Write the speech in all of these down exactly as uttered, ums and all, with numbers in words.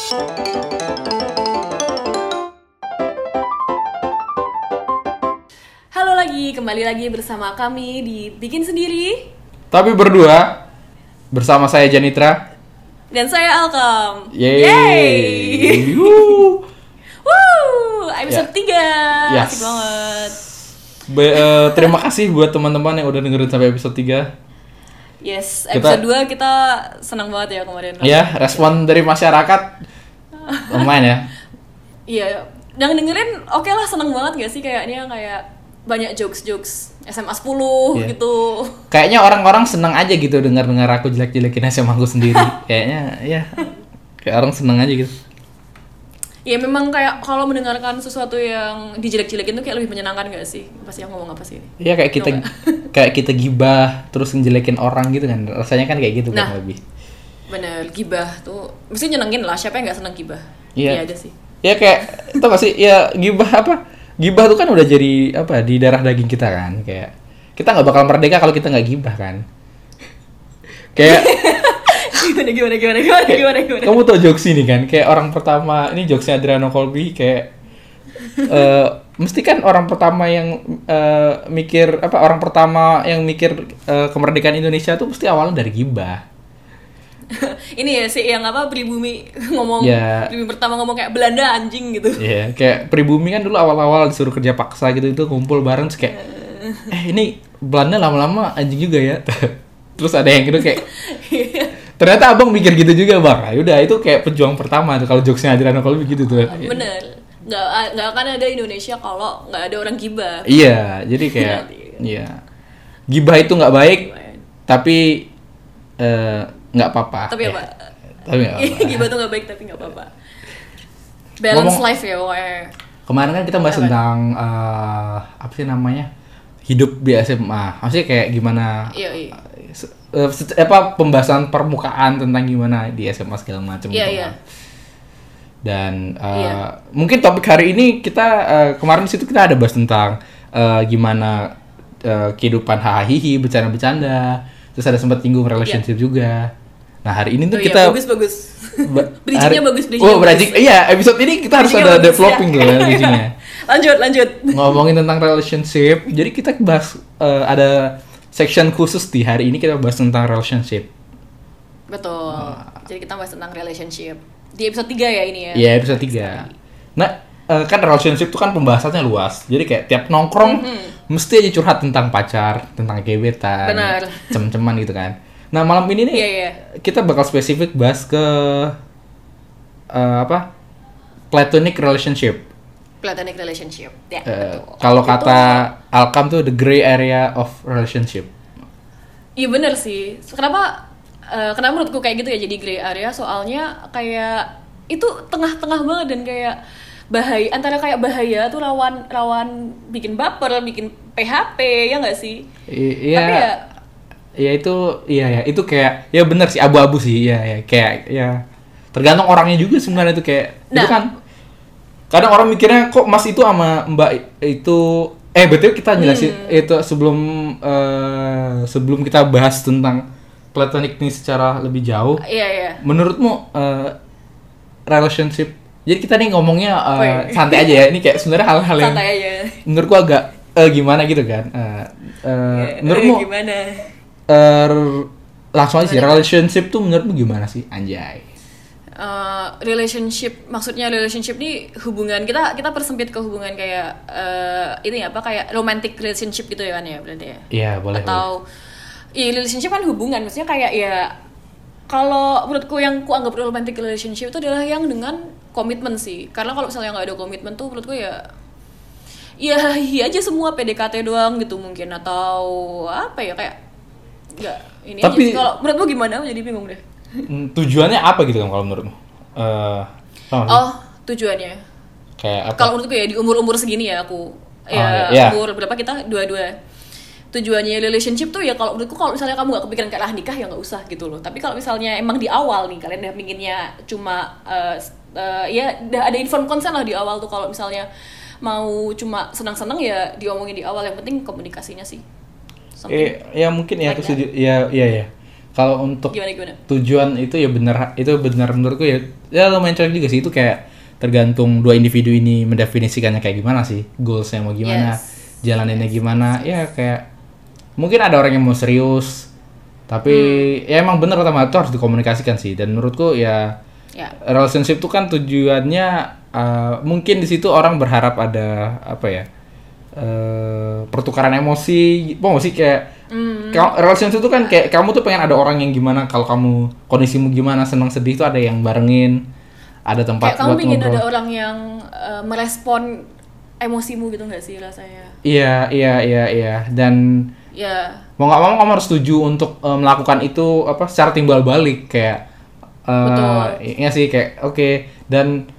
Halo lagi, kembali lagi bersama kami di Bikin Sendiri. Tapi berdua, bersama saya Janitra Dan saya Alkam. Yeay, Yeay. Wuh. Woo, episode Ya. tiga. Yes. Asik banget. Be- eh, Terima kasih buat teman-teman yang udah dengerin sampai episode tiga. Yes, Kita- episode dua kita senang banget ya kemarin. Ya, respon dari masyarakat lumayan ya. Iya, yang dengerin oke lah, seneng banget gak sih kayaknya, kayak banyak jokes-jokes S M A sepuluh Iya. gitu. Kayaknya orang-orang senang aja gitu dengar-dengar aku jelek-jelekin S M A aku sendiri. Kayaknya ya, kayak orang seneng aja gitu. Ya memang kayak kalau mendengarkan sesuatu yang dijelek-jelekin tuh kayak lebih menyenangkan gak sih? Pasti yang ngomong apa sih ini? Iya, kayak kita Tau kayak kita gibah terus ngejelekin orang gitu kan. Rasanya kan kayak gitu Nah. kan lebih. Bener, gibah tuh mesti nyenengin lah, siapa yang gak seneng gibah? Iya. Iya ada sih. Ya kayak itu masih ya gibah apa? Gibah tuh kan udah jadi apa di darah daging kita kan, kayak kita nggak bakal merdeka kalau kita nggak gibah kan. Kayak gimana gimana gimana gimana gimana gimana. kamu tau jokes ini kan, kayak orang pertama ini jokesnya Adriano Colby kayak eh mesti kan orang pertama yang eh, mikir apa orang pertama yang mikir eh, kemerdekaan Indonesia tuh pasti awalnya dari gibah. Ini ya sih yang apa pribumi ngomong, Ya. pribumi pertama ngomong kayak Belanda anjing gitu. Iya, kayak pribumi kan dulu awal-awal disuruh kerja paksa gitu itu kumpul bareng terus kayak eh ini Belanda lama-lama anjing juga ya. Terus ada yang gitu kayak ternyata abang mikir gitu juga bang. Ya udah itu kayak pejuang pertama tuh kalau jokesnya Adriano Colby gitu tuh. Bener, nggak nggak akan ada Indonesia kalau nggak ada orang gibah. Iya, jadi kayak iya gibah itu nggak baik tapi eh, nggak apa-apa. Tapi Ya. apa? Tapi nggak apa-apa. Gibah tuh nggak baik tapi nggak apa-apa. Balance Ngomong- life ya, pokoknya. Kemarin kan kita bahas Apa? tentang eh, apa sih namanya hidup di S M A. Maksudnya kayak gimana? Iya iya. Se- eh, se- apa pembahasan permukaan tentang gimana di S M A segala macam Iya, gitu iya. kan. Dan eh, Iya. mungkin topik hari ini kita eh, kemarin di situ kita ada bahas tentang eh, gimana eh, kehidupan hahihi bercanda-bercanda. Terus ada sempat singgung relationship juga. Nah, hari ini tuh Oh, kita iya, bagus bagus. ba- Bridging-nya hari- bagus, bridging-nya Oh, bridging. bagus. Iya, episode ini kita harus Bridging-nya ada bagus, developing ya. tuh ya bridging-nya. Lanjut lanjut. Ngomongin tentang relationship, jadi kita bahas eh, ada section khusus di hari ini kita bahas tentang relationship. Betul. Jadi kita bahas tentang relationship di episode tiga ya ini ya. Iya, episode tiga. Nah, eh, kan relationship itu kan pembahasannya luas. Jadi kayak tiap nongkrong mesti aja curhat tentang pacar, tentang gebetan, Benar. cem-ceman gitu kan. Nah, malam ini nih Iya, iya. kita bakal spesifik bahas ke eh, apa? Platonic relationship. Platonic relationship. Ya, Eh, betul. kalau Itu- kata Alkam tuh the gray area of relationship. Iya bener sih. Kenapa eh, kenapa menurutku kayak gitu ya jadi gray area? Soalnya kayak itu tengah-tengah banget dan kayak bahaya, antara kayak bahaya tuh rawan rawan bikin baper, bikin P H P ya nggak sih? I- iya. Tapi ya Ya itu iya ya itu kayak ya benar sih abu-abu sih ya ya kayak ya tergantung orangnya juga sebenarnya itu kayak itu Nah. kan kadang orang mikirnya kok Mas itu sama Mbak itu eh betul kita jelasin Hmm. itu sebelum eh, sebelum kita bahas tentang platonic ini secara lebih jauh iya iya. menurutmu eh, relationship jadi kita nih ngomongnya eh, Woi. santai aja ya ini kayak sebenarnya hal-hal yang Santai aja. menurutku agak eh, gimana gitu kan eh, eh, Eh, menurutmu gimana? Er, langsung aja sih, relationship tuh menurutmu gimana sih, anjay? Uh, relationship, maksudnya relationship nih hubungan kita kita persempit ke hubungan kayak uh, ini apa kayak romantic relationship gitu ya kan ya berarti ya? Iya, boleh. boleh. Atau iya relationship kan hubungan, maksudnya kayak ya kalau menurutku yang ku anggap romantic relationship itu adalah yang dengan komitmen sih. Karena kalau misalnya nggak ada komitmen tuh menurutku ya ya iya aja semua P D K T doang gitu mungkin, atau apa ya kayak nggak ini aja Tapi- sih. Kalau menurutmu gimana? Aku jadi bingung deh. Hmm, tujuannya apa gitu kan kalau menurutmu? Eh, tau nggak sih? Oh tujuannya Kayak apa? kalau menurutku ya di umur-umur segini ya aku ya iya, iya. umur berapa kita dua-dua tujuannya relationship tuh ya kalau menurutku kalau misalnya kamu nggak kepikiran kayak lah nikah ya nggak usah gitu loh. Tapi kalau misalnya emang di awal nih kalian udah pinginnya cuma uh, uh, ya udah ada informed consent lah di awal tuh, kalau misalnya mau cuma senang-senang ya diomongin di awal, yang penting komunikasinya sih. Something. Eh, ya mungkin ya like aku setuju. Ya, iya ya. kalau untuk Gimana gimana? tujuan itu ya benar, itu benar menurutku ya ya lumayan colek juga sih. Itu kayak tergantung dua individu ini mendefinisikannya kayak gimana sih, goalsnya mau gimana, Yes. jalaninnya gimana. Ya kayak mungkin ada orang yang mau serius, tapi Hmm. ya emang bener utama itu harus dikomunikasikan sih. Dan menurutku ya Ya. relationship tuh kan tujuannya uh, mungkin di situ orang berharap ada apa ya, uh, pertukaran emosi, mau sih kayak Hmm. Ka- relationship itu kan kayak kamu tuh pengen ada orang yang gimana kalau kamu kondisimu gimana, senang sedih tuh ada yang barengin, ada tempat Kayak kamu buat ingin ngobrol. ada orang yang uh, merespon emosimu gitu nggak sih rasanya? Iya iya iya iya dan Ya. mau nggak mau kamu harus setuju untuk uh, melakukan itu apa secara timbal balik kayak uh, Betul. iya sih kayak oke. Dan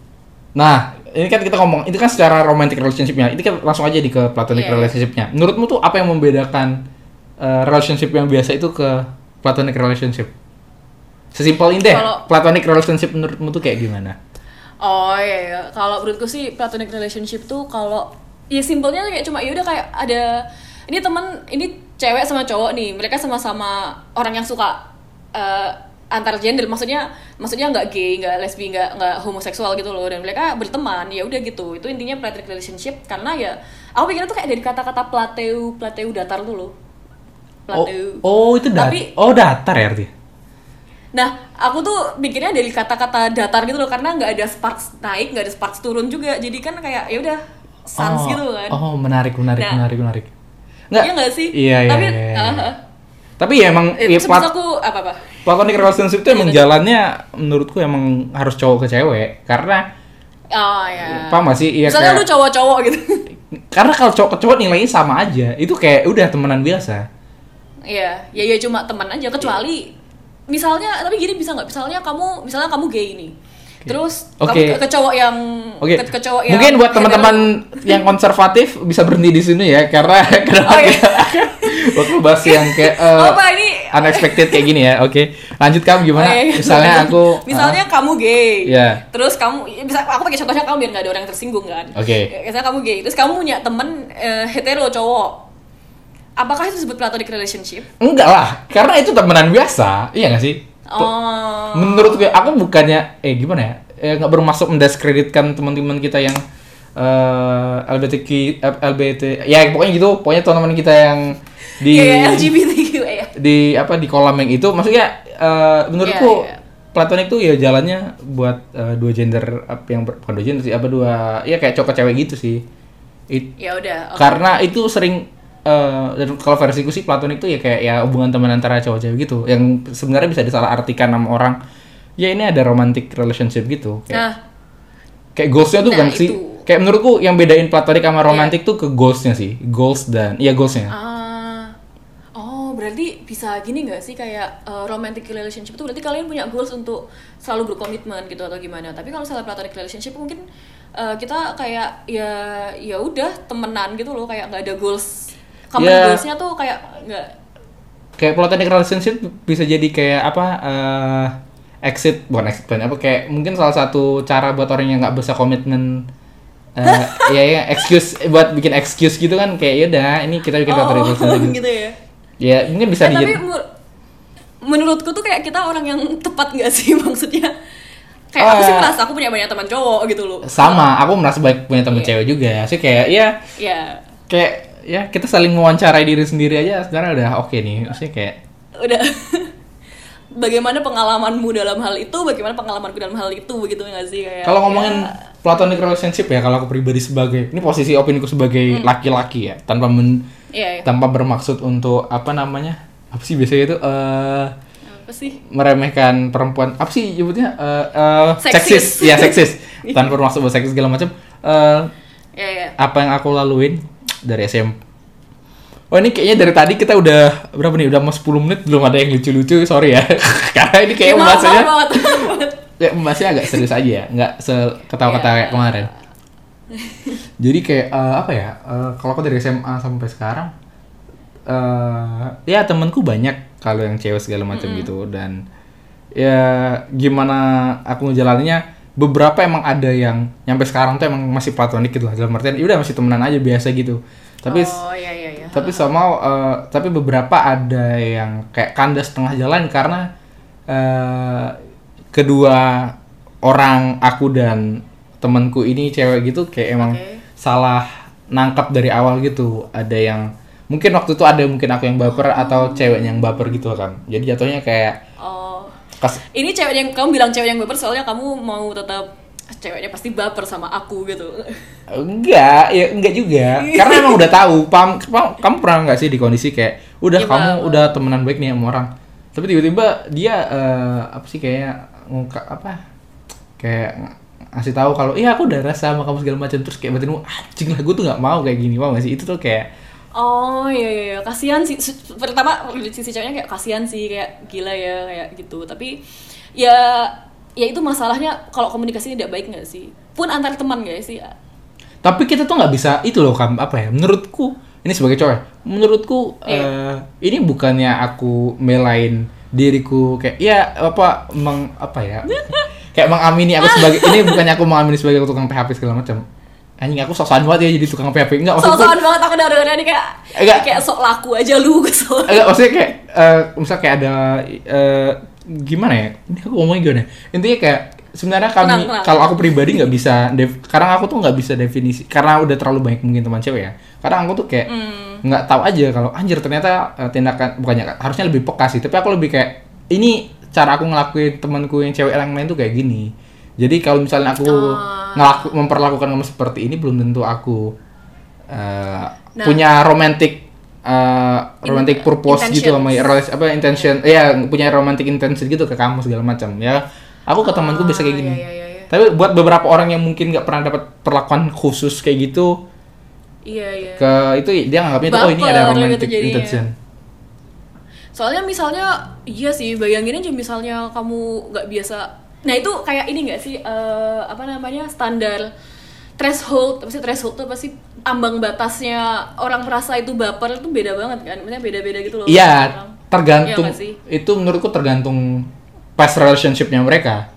nah ini kan kita ngomong itu kan secara romantic relationship-nya, ini kan langsung aja di ke platonic Iya, iya. relationship-nya. Menurutmu tuh apa yang membedakan uh, relationship yang biasa itu ke platonic relationship? Sesimpel ini deh, Kalau- platonic relationship menurutmu tuh kayak gimana? Oh iya, iya. Kalau menurutku sih platonic relationship tuh kalau ya simpelnya kayak cuma ya udah kayak ada ini teman ini cewek sama cowok nih, mereka sama-sama orang yang suka eh, antar gender, maksudnya maksudnya nggak gay, nggak lesbi, nggak nggak homoseksual gitu loh, dan mereka berteman ya udah gitu. Itu intinya platonic relationship karena ya aku pikirnya tuh kayak dari kata-kata plateu plateu datar tuh loh. Oh, Plateu. oh itu dat Tapi- oh datar ya artinya? Nah, aku tuh mikirnya dari kata-kata datar gitu loh, karena nggak ada sparks naik, nggak ada sparks turun juga. Jadi kan kayak ya udah sans oh, gitu kan. Oh menarik menarik Nah. menarik menarik. Iya nggak sih? Iya iya. Tapi, iya, iya. uh, Tapi ya emang eh, ya, sebisa plat- aku apa apa? platonic relationship itu emang Iya, jalannya menurutku emang harus cowok ke cewek karena Oh ya. paham gak sih? Iya Misalnya kayak- lu cowok-cowok gitu. karena kalau cowok ke cowok nilainya sama aja. Itu kayak udah temenan biasa. Iya, ya ya cuma teman aja, kecuali misalnya, tapi gini bisa nggak? Misalnya kamu, misalnya kamu gay nih, terus Oke. kamu ke, ke cowok yang, Oke. ke, ke cowok yang Mungkin buat hetero. teman-teman yang konservatif bisa berhenti di sini ya karena kenapa Oh, iya. kita waktu bahas yang kayak eh, Apa ini? unexpected kayak gini ya. Oke. Lanjut kamu gimana? Oh, iya. Misalnya aku misalnya kamu gay, Iya. terus kamu, ya bisa aku pakai contohnya kamu biar nggak ada orang yang tersinggung kan. Oke. Misalnya kamu gay, terus kamu punya temen eh, hetero cowok, apakah itu disebut platonic relationship? ah, enggak lah, karena itu temenan biasa. Iya nggak sih? Oh, Menurut gue, aku bukannya eh gimana ya? Eh, nggak bermaksud mendiskreditkan teman-teman kita yang eh L G B T Q, eh, L B T, ya pokoknya gitu, pokoknya teman-teman kita yang di ya L G B T Q ya. di apa di kolam yang itu, maksudnya eh, menurutku Iya, iya. platonik tuh ya jalannya buat eh, dua gender apa yang ber- bukan dua gender sih, apa dua ya kayak cowok cewek gitu sih. It- Ya udah. oke. Karena itu sering eh, dan kalau versiku sih platonik tuh ya kayak ya hubungan teman antara cowok cewek gitu, yang sebenarnya bisa disalahartikan sama orang. Ya ini ada romantic relationship gitu. Kayak, Nah, kayak goalsnya tuh Nah, kan sih. itu. Kayak menurutku yang bedain platonik sama romantic tuh ke goalsnya sih. Goals dan iya goalsnya. ah, oh berarti bisa gini nggak sih kayak uh, romantic relationship itu berarti kalian punya goals untuk selalu berkomitmen gitu atau gimana? Tapi kalau misalnya platonic relationship mungkin uh, kita kayak ya ya udah temenan gitu loh, kayak nggak ada goals. Common Ya. goalsnya tuh kayak nggak. Kayak platonic relationship bisa jadi kayak apa eh, exit bukan exit plan apa kayak mungkin salah satu cara buat orang yang nggak bisa komitmen eh ya ya excuse buat bikin excuse gitu kan, kayak ya udah ini kita bikin platonic Oh relationship gitu ya. ya mungkin bisa Eh, tapi dijadi mu- menurutku tuh kayak kita orang yang tepat nggak sih maksudnya? Kayak aku Oh, sih ya. merasa aku punya banyak teman cowok gitu loh. sama aku merasa baik punya temen Iya. cewek juga sih, kayak ya Ya kayak ya kita saling mewawancarai diri sendiri aja sekarang udah oke nih, maksudnya kayak udah. Bagaimana pengalamanmu dalam hal itu? Bagaimana pengalamanku dalam hal itu? Begitu nggak sih kayak? kalau ngomongin ya, platonic relationship ya, kalau aku pribadi sebagai ini posisi opiniku sebagai Hmm. laki-laki ya, tanpa men, iya, iya. tanpa bermaksud untuk apa namanya apa sih biasanya itu eh Apa sih? meremehkan perempuan, apa sih nyebutnya eh eh, Seksis. seksis ya seksis tanpa bermaksud buat seksis segala macam. Eh, Ya, ya. apa yang aku laluin dari S M P. Oh ini kayaknya dari tadi kita udah berapa nih, udah mau sepuluh menit belum ada yang lucu-lucu, sorry ya. Karena ini kayak Maaf, pembahasannya maaf, maaf. ya pembahasannya agak serius aja ya, nggak seketawa-ketawa kayak Ya. kemarin. Jadi kayak eh, apa ya? eh, kalau aku dari S M A sampai sekarang, eh ya temanku banyak kalau yang cewek segala macam gitu, dan ya gimana aku ngejalaninnya, beberapa emang ada yang nyampe sekarang tuh emang masih platonik gitu lah, dalam artian ya udah masih temenan aja biasa gitu. Tapi Oh iya iya iya. Tapi somehow uh, tapi beberapa ada yang kayak kandas tengah jalan karena uh, kedua orang aku dan temanku ini cewek gitu kayak emang okay. salah nangkap dari awal gitu. Ada yang mungkin waktu itu ada mungkin aku yang baper oh. atau ceweknya yang baper gitu kan. Jadi jatuhnya kayak oh. Kas- ini cewek yang kamu bilang cewek yang baper soalnya kamu mau tetap ceweknya pasti baper sama aku gitu. Enggak, ya enggak juga. Karena emang udah tahu, paham, kamu pernah nggak sih di kondisi kayak udah ya, kamu bang. udah temenan baik nih sama orang. Tapi tiba-tiba dia uh, apa sih kayak ngungkap apa? Kayak ngasih tahu kalau iya aku udah rasa sama kamu segala macam, terus kayak batinmu anjing lah gue tuh nggak mau kayak gini. Mau nggak sih? Itu tuh kayak oh iya iya, kasihan sih. Pertama sisi ceweknya kayak kasihan sih, kayak gila ya kayak gitu. Tapi ya ya itu masalahnya kalau komunikasinya tidak baik nggak sih, pun antar teman nggak sih. Tapi kita tuh nggak bisa itu loh kan apa ya, menurutku ini sebagai cowok menurutku yeah. uh, ini bukannya aku melain diriku kayak ya apa meng apa ya kayak mengamini aku sebagai ini bukannya aku mengamini sebagai tukang P H P segala macam. Anjing aku sok-sokan banget ya jadi tukang P H P. Enggak maksudku sok-sokan banget aku dengar-dengar ini kayak enggak, kayak sok laku aja lu kesel. Enggak maksudnya kayak uh, misal kayak ada uh, gimana ya? Ini aku ngomongin gimana? Intinya kayak sebenarnya kami kalau aku pribadi nggak bisa def, karena aku tuh nggak bisa definisi karena udah terlalu banyak mungkin teman cewek ya. Karena aku tuh kayak nggak mm. tahu aja kalau anjir ternyata uh, tindakan bukannya harusnya lebih peka sih, tapi aku lebih kayak ini cara aku ngelakuin temanku yang cewek yang lain tuh kayak gini. Jadi kalau misalnya aku uh. ngelaku memperlakukan kamu seperti ini belum tentu aku uh, nah. punya romantic Uh, romantic In, purpose intentions. gitu sama apa intention ya punya romantic intention gitu ke kamu segala macam ya aku ke temanku bisa kayak gini iya, iya, iya. tapi buat beberapa orang yang mungkin nggak pernah dapat perlakuan khusus kayak gitu iya, iya. ke itu dia nganggapnya itu oh ini ada romantic gitu intention soalnya misalnya iya sih bayangin aja misalnya kamu nggak biasa nah itu kayak ini nggak sih uh, apa namanya standar threshold, pasti threshold tuh pasti ambang batasnya orang merasa itu baper itu beda banget kan, maksudnya beda-beda gitu loh. Iya, tergantung. Iya itu menurutku tergantung past relationship-nya mereka.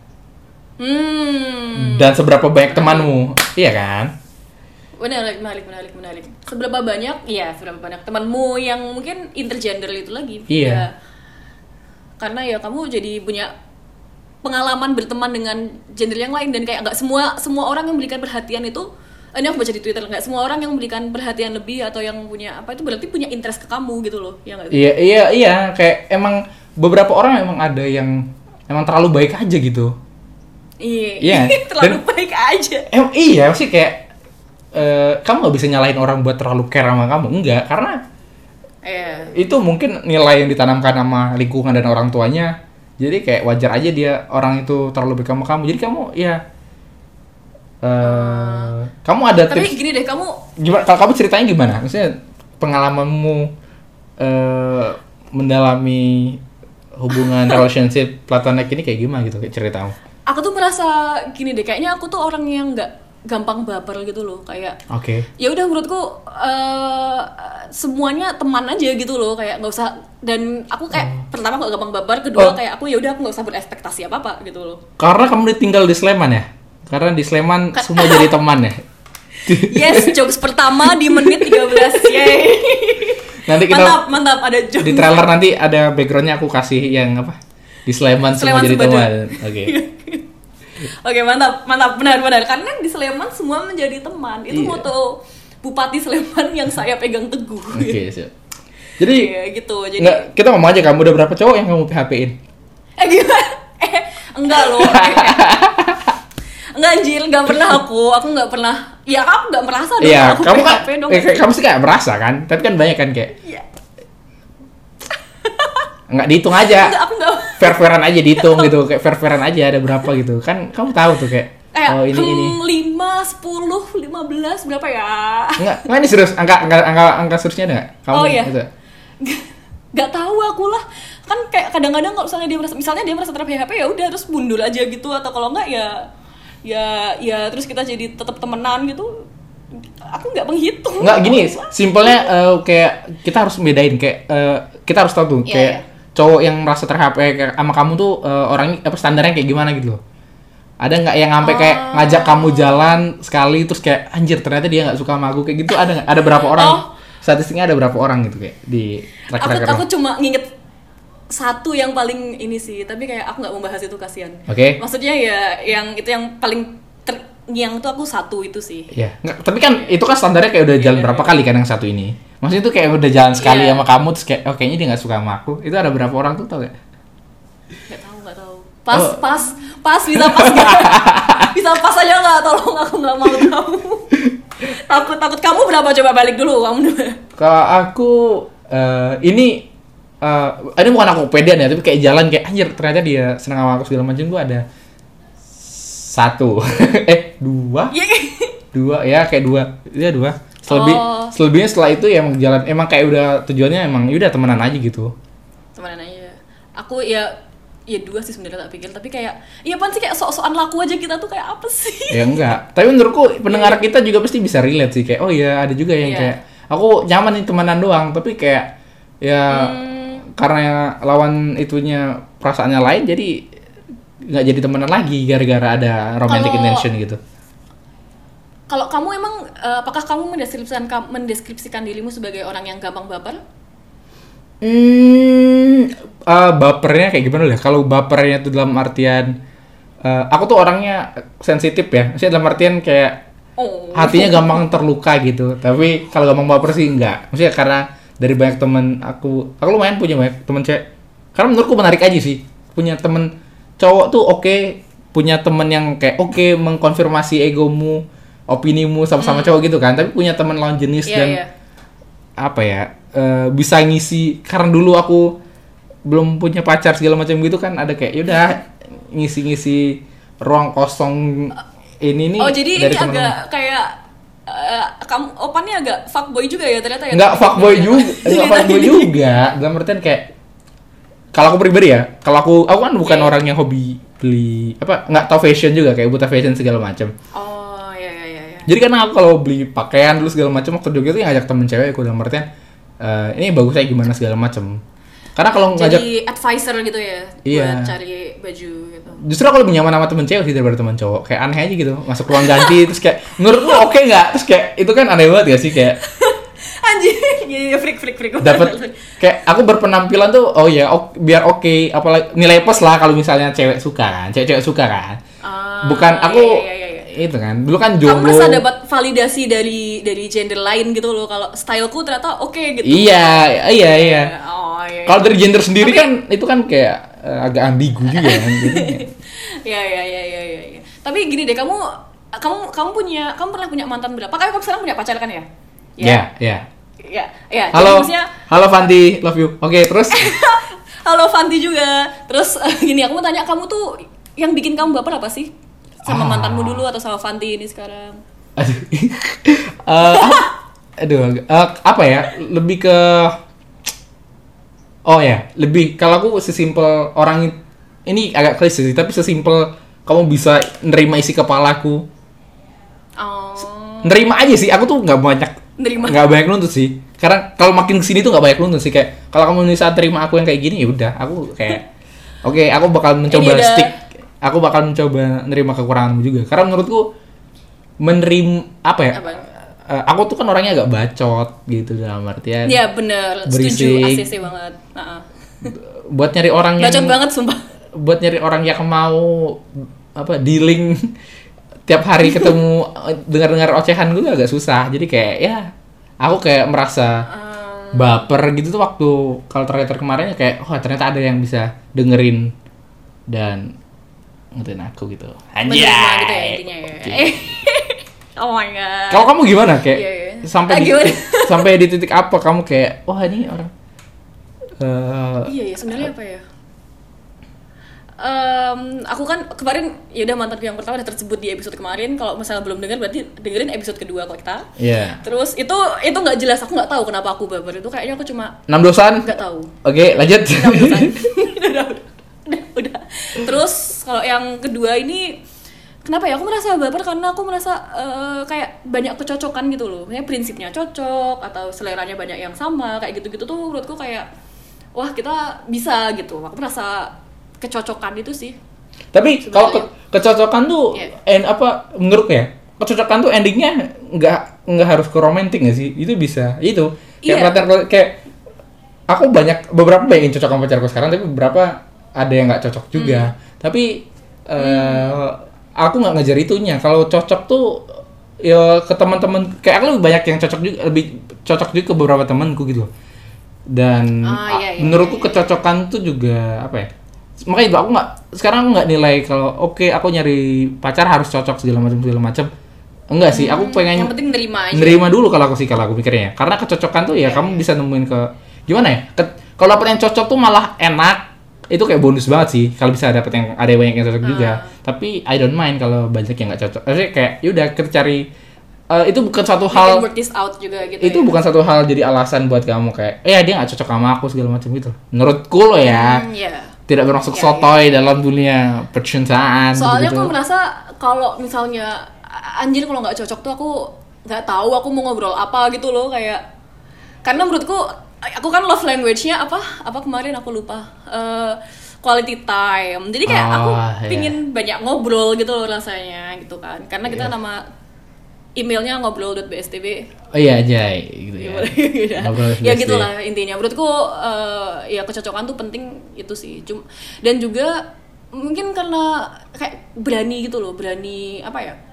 Hmm. Dan seberapa banyak temanmu, iya kan? Menarik, menarik, menarik, menarik. Seberapa banyak, iya seberapa banyak temanmu yang mungkin intergender itu lagi. Iya. Ya, karena ya kamu jadi punya pengalaman berteman dengan gender yang lain dan kayak nggak semua semua orang yang memberikan perhatian itu ini aku baca di Twitter nggak semua orang yang memberikan perhatian lebih atau yang punya apa itu berarti punya interest ke kamu gitu loh ya nggak sih? Iya iya iya kayak emang beberapa orang emang ada yang emang terlalu baik aja gitu. Iya. Iya. terlalu dan, baik aja. Em iya sih kayak uh, kamu nggak bisa nyalahin orang buat terlalu care sama kamu enggak karena yeah. itu mungkin nilai yang ditanamkan sama lingkungan dan orang tuanya. Jadi kayak wajar aja dia orang itu terlalu baik sama kamu. Jadi kamu ya uh, uh, kamu ada tapi tips. Gini deh kamu gimana kalau kamu ceritanya gimana? Maksudnya pengalamanmu uh, mendalami hubungan relationship platonik ini kayak gimana gitu kayak ceritamu? Aku tuh merasa gini deh kayaknya aku tuh orang yang nggak gampang baper gitu loh kayak. Oke. Okay. Ya udah menurutku uh, semuanya teman aja gitu loh kayak nggak usah dan aku kayak oh. pertama nggak gampang baper kedua oh. kayak aku ya udah aku nggak usah berekspektasi apa apa gitu loh. Karena kamu tinggal di Sleman ya? Karena di Sleman Ka- semua jadi teman ya. Yes, jokes pertama di menit tiga belas Yeay. Nanti kita mantap mantap ada jokes. Di trailer nanti ada backgroundnya aku kasih yang apa? Di Sleman, Sleman semua jadi teman. Oke. Okay. Oke mantap mantap benar-benar karena di Sleman semua menjadi teman itu yeah. moto Bupati Sleman yang saya pegang teguh. Oke okay, siap. Jadi ya, gitu jadi enggak, kita ngomong aja kamu udah berapa cowok yang kamu P H P-in? Eh gimana? Eh enggak loh. Eh, enggak anjir enggak pernah aku aku enggak pernah ya aku enggak merasa dong yeah, aku kamu P H P kan, dong. Eh, kamu sih kayak merasa kan tapi kan banyak kan kayak yeah. Nggak dihitung aja. Enggak, aku enggak. Fair-fairan aja dihitung gitu, kayak fair-fairan aja ada berapa gitu. Kan kamu tahu tuh kayak eh, oh ini hmm, ini. lima, sepuluh, lima belas berapa ya? Enggak, enggak ini serius. Angka angka angka angka seriusnya ada enggak? Kamu oh iya. Gitu. Gak tahu aku lah. Kan kayak kadang-kadang kalau misalnya dia merasa misalnya dia merasa ter-P H P ya udah terus mundur aja gitu atau kalau enggak ya ya ya terus kita jadi tetap temenan gitu. Aku nggak menghitung. Nggak gini, simpelnya uh, kayak kita harus bedain kayak uh, kita harus tahu tuh yeah, kayak yeah. cowok yang merasa ter-H P kayak sama kamu tuh uh, orangnya apa standarnya kayak gimana gitu loh. Ada nggak yang sampai kayak oh. ngajak kamu jalan sekali terus kayak anjir ternyata dia nggak suka sama aku kayak gitu ada nggak? Ada berapa orang? Oh, statistiknya ada berapa orang gitu kayak di track Aku record? aku cuma nginget satu yang paling ini sih, tapi kayak aku nggak mau bahas itu, kasihan. Oke. Maksudnya ya yang itu yang paling ter, yang tuh aku satu itu sih. Iya, nggak, tapi kan itu kan standarnya kayak udah jalan Iya, berapa iya. kali kan yang satu ini. Maksudnya itu kayak udah jalan sekali Iya. sama kamu terus kayak oh kayaknya dia nggak suka sama aku. Itu ada berapa orang tuh tau gak? Nggak tahu nggak tahu. Pas Oh. pas pas bisa pas nggak? Bisa pas aja nggak? Tolong, aku nggak mau tahu. takut takut kamu berapa, coba balik dulu kamu dulu. Kalau aku eh, ini eh, ini bukan aku pedean ya, tapi kayak jalan kayak anjir ternyata dia senang sama aku segala macam. Gua ada satu, eh dua, Iya. dua ya kayak dua, iya dua. Selebih, Oh. selebihnya setelah itu ya emang jalan, emang kayak udah tujuannya emang ya udah temenan aja gitu. Temenan aja. Aku ya ya dua sih sebenarnya tak pikir, tapi kayak iya pan sih kayak sok-sokan laku aja kita tuh kayak apa sih? Ya enggak, tapi menurutku pendengar kita juga pasti bisa relate sih kayak oh iya ada juga yang Iya. kayak aku nyaman nih temenan doang, tapi kayak ya Hmm. karena lawan itunya perasaannya lain jadi nggak jadi temenan lagi gara-gara ada romantic Kalau- intention gitu. Kalau kamu emang eh, apakah kamu mendeskripsikan kam- mendeskripsikan dirimu sebagai orang yang gampang baper? Hmm, eh, bapernya kayak gimana ya? Kalau bapernya tuh dalam artian eh, aku tuh orangnya sensitif ya, maksudnya dalam artian kayak Oh. hatinya gampang terluka gitu. Tapi kalau gampang baper sih enggak. Maksudnya karena dari banyak temen aku, aku lumayan punya banyak temen cewek. Karena menurutku menarik aja sih. Punya temen cowok tuh oke, punya temen yang kayak oke mengkonfirmasi egomu, opinimu sama-sama cowok gitu kan. Tapi punya temen lawan jenis Iya, dan iya. apa ya? eh, bisa ngisi karena dulu aku belum punya pacar segala macam gitu kan ada kayak yaudah ngisi-ngisi ruang kosong ini nih Oh, jadi ini dari temen-temen. agak kayak eh, kamu opannya agak fuckboy juga ya ternyata ya. Nggak fuckboy juga, nggak Cerita fuckboy ini. juga. Dalam artian kayak kalau aku pribadi ya, kalau aku aku kan bukan Iya. orang yang hobi beli apa nggak tahu fashion juga kayak buta fashion segala macam. Oh, iya iya iya iya. Jadi kan aku kalau beli pakaian dulu segala macam waktu Jogja tuh ngajak temen cewek aku dalam artian eh, ini bagusnya gimana segala macam. Karena kalau ngajak Jadi advisor gitu ya Iya. buat cari baju gitu. justru aku lebih nyaman sama temen cewek sih daripada temen cowok. Kayak aneh aja gitu. Masuk ruang ganti terus kayak menurut lu oke nggak? Terus kayak itu kan aneh banget ya sih kayak Anjir, iya iya freak freak freak. dapat kayak aku berpenampilan tuh oh ya ok- biar oke apalagi nilai plus lah kalau misalnya cewek suka kan cewek-cewek suka kan Ah, bukan aku iya, iya, iya, iya. itu kan dulu kan Kamu jomblo merasa dapat validasi dari dari gender lain gitu loh, kalau styleku ternyata oke gitu. iya iya iya Oh iya. kalau dari gender sendiri Tapi- kan itu kan kayak eh, agak ambigu juga kan jadi Iya iya iya iya iya. iya. Tapi gini deh, kamu kamu kamu punya kamu pernah punya mantan berapa? Kamu sekarang punya pacar kan ya? ya ya Ya, ya. Jadi halo maksudnya halo Fanti love you oke terus halo Fanti juga. Terus gini, aku mau tanya, kamu tuh yang bikin kamu baper apa sih? Sama Ah. mantanmu dulu atau sama Fanti ini sekarang? aduh Eh, apa- aduh eh, apa ya lebih ke oh ya lebih kalau aku sesimpel orang it- ini agak klise sih tapi sesimpel kamu bisa nerima isi kepalaku Oh, nerima aja sih aku tuh nggak banyak nerima. nggak banyak nuntut sih karena kalau makin kesini tuh nggak banyak nuntut sih kayak kalau kamu bisa terima aku yang kayak gini ya udah aku kayak oke aku bakal mencoba Ini udah- stick aku bakal mencoba nerima kekuranganmu juga karena menurutku menerima apa ya Apa? eh, aku tuh kan orangnya agak bacot gitu dalam artian Iya bener, setuju, Berisik. A C C banget. Nah, buat nyari orang yang bacot banget sumpah. buat nyari orang yang mau apa dealing tiap hari ketemu eh, dengar-dengar ocehan gue agak susah jadi kayak ya aku kayak merasa Um, baper gitu tuh waktu kalau terakhir kemarin ya kayak oh ternyata ada yang bisa dengerin dan ngertiin aku gitu menerima gitu ya intinya ya. Oh my god. kalau kamu gimana kayak Iya, iya. sampai Ah, di gimana? sampai di titik apa kamu kayak wah ini orang eh, Iya ya, sebenarnya apa ya? Em, aku kan kemarin ya udah mantanku yang pertama udah tersebut di episode kemarin. Kalau misalnya belum dengar berarti dengerin episode kedua kok kita. ya Terus itu itu nggak jelas, aku nggak tahu kenapa aku baper itu, kayaknya aku cuma enam dosan nggak tahu. oke lanjut Udah, udah, udah, udah, udah. Terus kalau yang kedua ini kenapa ya aku merasa baper karena aku merasa eh, kayak banyak kecocokan gitu loh. Maksudnya prinsipnya cocok atau seleranya banyak yang sama kayak gitu-gitu tuh menurutku kayak wah kita bisa gitu. Aku merasa kecocokan itu sih. Tapi kalau ke- kecocokan tuh Iya. end apa menurut ya? Kecocokan tuh endingnya nggak nggak harus ke romantis nggak sih? Itu bisa. Itu Kayak Iya. perhatian kalau- kayak aku banyak beberapa pengen cocok sama pacarku sekarang, tapi beberapa ada yang nggak cocok juga. Tapi eh aku nggak ngejar itunya. Kalau cocok tuh ya ke teman-teman, kayak aku lebih banyak yang cocok juga, lebih cocok juga ke beberapa temanku gitu loh. Dan Ah, iya, a- iya, menurutku iya, iya. kecocokan tuh juga apa ya? Makanya itu aku nggak sekarang aku nggak nilai kalau oke aku nyari pacar harus cocok segala macam segala macam. Enggak sih, aku pengen Yang penting nerima aja. nerima dulu kalau aku sih kalau aku pikirnya. Karena kecocokan tuh ya Iya, kamu iya. bisa nemuin ke gimana ya? Ke- kalau dapet yang cocok tuh malah enak. Itu kayak bonus banget sih kalau bisa dapet yang ada yang banyak yang cocok juga. Ah. Tapi I don't mind kalau banyak yang nggak cocok. Maksudnya kayak yaudah kita cari eh, itu bukan satu We hal can work this out juga gitu. itu ya. bukan satu hal jadi alasan buat kamu kayak eh dia nggak cocok sama aku segala macam gitu. Menurutku lo ya. Hmm, iya. Tidak bermaksud Iya, sotoy dalam dunia percintaan. Soalnya gitu-gitu. aku merasa kalau misalnya anjir kalau nggak cocok tuh aku nggak tahu aku mau ngobrol apa gitu loh kayak karena menurutku aku kan love language-nya apa apa kemarin aku lupa Eh, quality time jadi kayak aku Oh, iya. pingin banyak ngobrol gitu loh rasanya gitu kan karena kita Iya. nama emailnya ngobrol dot b s t b Oh iya aja gitu ya. Ngobrol ya S D. gitulah intinya menurutku eh, ya kecocokan tuh penting itu sih Cum dan juga mungkin karena kayak berani gitu loh berani apa ya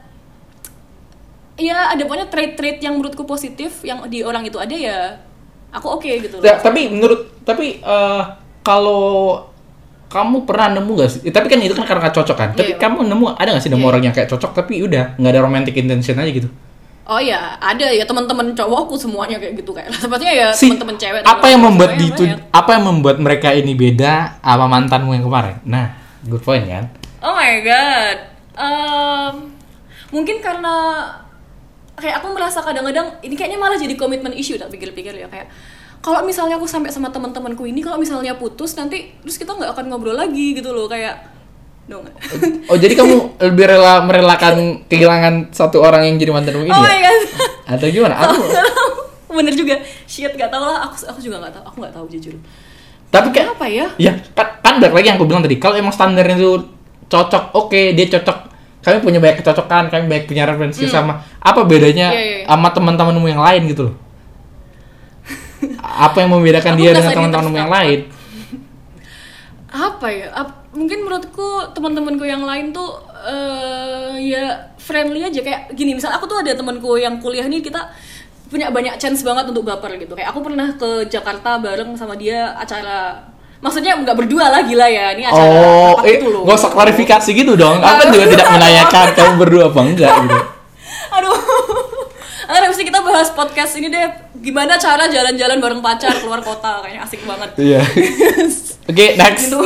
ya ada pokoknya trait-trait yang menurutku positif yang di orang itu ada ya aku oke gitu loh. Ya, tapi menurut tapi eh, kalau kamu pernah nemu gak sih? Eh, tapi kan itu kan karena nggak cocok kan. Tapi Iya. kamu nemu ada gak sih nemu Iya. orang yang kayak cocok tapi udah nggak ada romantic intention aja gitu? Oh ya ada ya teman-teman cowokku semuanya kayak gitu kayak sepertinya ya Si, teman-teman cewek apa yang membuat semuanya itu banyak. apa yang membuat mereka ini beda sama mantanmu yang kemarin? Nah, good point kan? Oh my god. Em, mungkin karena kayak aku merasa kadang-kadang ini kayaknya malah jadi komitmen issue tak pikir-pikir ya kayak kalau misalnya aku sampai sama teman-temanku ini kalau misalnya putus nanti terus kita nggak akan ngobrol lagi gitu loh kayak no nggak? Oh, jadi kamu lebih rela merelakan kehilangan satu orang yang jadi mantanmu ini Oh ya? my god. Atau gimana? Aku Bener juga. Shit nggak tahu lah. Aku aku juga nggak tahu. Aku nggak tahu jujur. tapi kayak Apa ya? ya kan, kan balik lagi yang aku bilang tadi kalau emang standarnya itu cocok oke dia cocok kami punya banyak kecocokan kami banyak punya referensi sama apa bedanya Iya, iya, iya. sama teman-temanmu yang lain gitu loh apa yang membedakan Aku dia merasa dengan teman-temanmu yang ditertawa. lain Apa ya? Ap- mungkin menurutku teman-temanku yang lain tuh eh, ya friendly aja kayak gini. Misal aku tuh ada temanku yang kuliah nih kita punya banyak chance banget untuk baper gitu. Kayak aku pernah ke Jakarta bareng sama dia acara maksudnya nggak berdua lah gila ya ini acara oh rapat eh gitu loh. nggak usah klarifikasi gitu dong aku kan juga tidak menanyakan kamu berdua apa enggak gitu Aduh. Akan habis ini kita bahas podcast ini deh gimana cara jalan-jalan bareng pacar keluar kota kayaknya asik banget. iya oke next Gitu.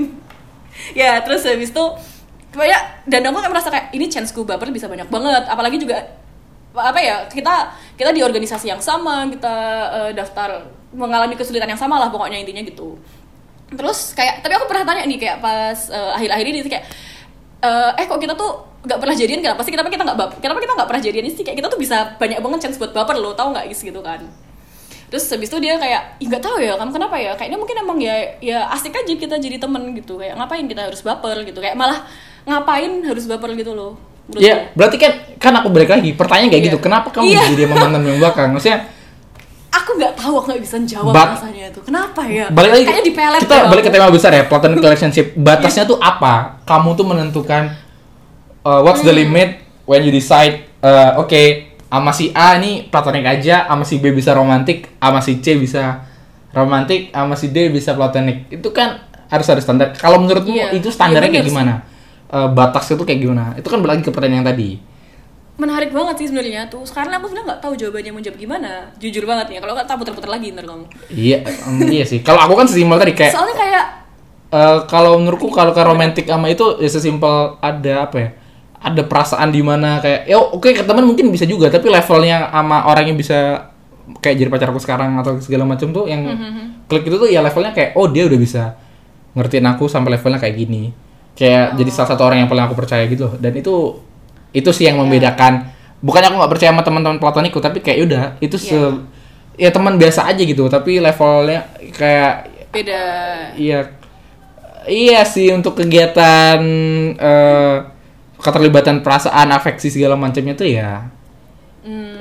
Ya terus habis itu kayak dan aku kayak merasa kayak ini chanceku baper bisa banyak banget apalagi juga apa ya kita kita di organisasi yang sama kita eh, daftar mengalami kesulitan yang sama lah pokoknya intinya gitu terus kayak tapi aku pernah tanya nih kayak pas eh, akhir-akhir ini kayak eh, eh kok kita tuh nggak pernah jadian kenapa sih kenapa kita nggak bap- kenapa kita nggak pernah jadian sih kayak kita tuh bisa banyak banget chance buat baper lo tahu nggak guys gitu kan terus habis itu dia kayak ih nggak tahu ya kamu kenapa ya kayaknya mungkin emang ya ya asik aja kita jadi temen gitu kayak ngapain kita harus baper gitu kayak malah ngapain harus baper gitu loh menurut Iya, gue. berarti kan kan aku balik lagi pertanyaan kayak Iya. gitu kenapa kamu Iya. jadi sama mantan yang belakang maksudnya Aku nggak tahu aku nggak bisa jawab Bat- rasanya itu kenapa ya balik lagi kayaknya dipelet kita ya. balik ke tema besar ya platonic relationship batasnya tuh apa kamu tuh menentukan uh, what's the limit when you decide uh, oke sama si A nih platonic aja sama si B bisa romantik sama si C bisa romantik sama si D bisa platonic itu kan harus ada standar kalau menurutmu Iya. itu standarnya Iya, kayak bener gimana uh, batasnya tuh kayak gimana itu kan balik lagi ke pertanyaan yang tadi menarik banget sih sebenarnya tuh karena aku sebenarnya nggak tahu jawabannya mau jawab gimana jujur banget nih kalau nggak tahu puter-puter lagi ntar kamu iya um, iya sih kalau aku kan sesimpel tadi kayak soalnya kayak Eh, kalau menurutku kalau ke romantik sama itu ya sesimpel ada apa ya? Ada perasaan di mana kayak ya oke ke teman mungkin bisa juga tapi levelnya sama orang yang bisa kayak jadi pacarku sekarang atau segala macam tuh yang klik itu tuh ya levelnya kayak oh dia udah bisa ngertiin aku sampai levelnya kayak gini. Kayak jadi salah satu orang yang paling aku percaya gitu loh. Dan itu itu sih yang membedakan. Bukannya aku nggak percaya sama teman-teman platonikku tapi kayak udah itu se ya teman biasa aja gitu tapi levelnya kayak beda iya iya sih untuk kegiatan eh, keterlibatan perasaan afeksi segala macamnya tuh ya hmm,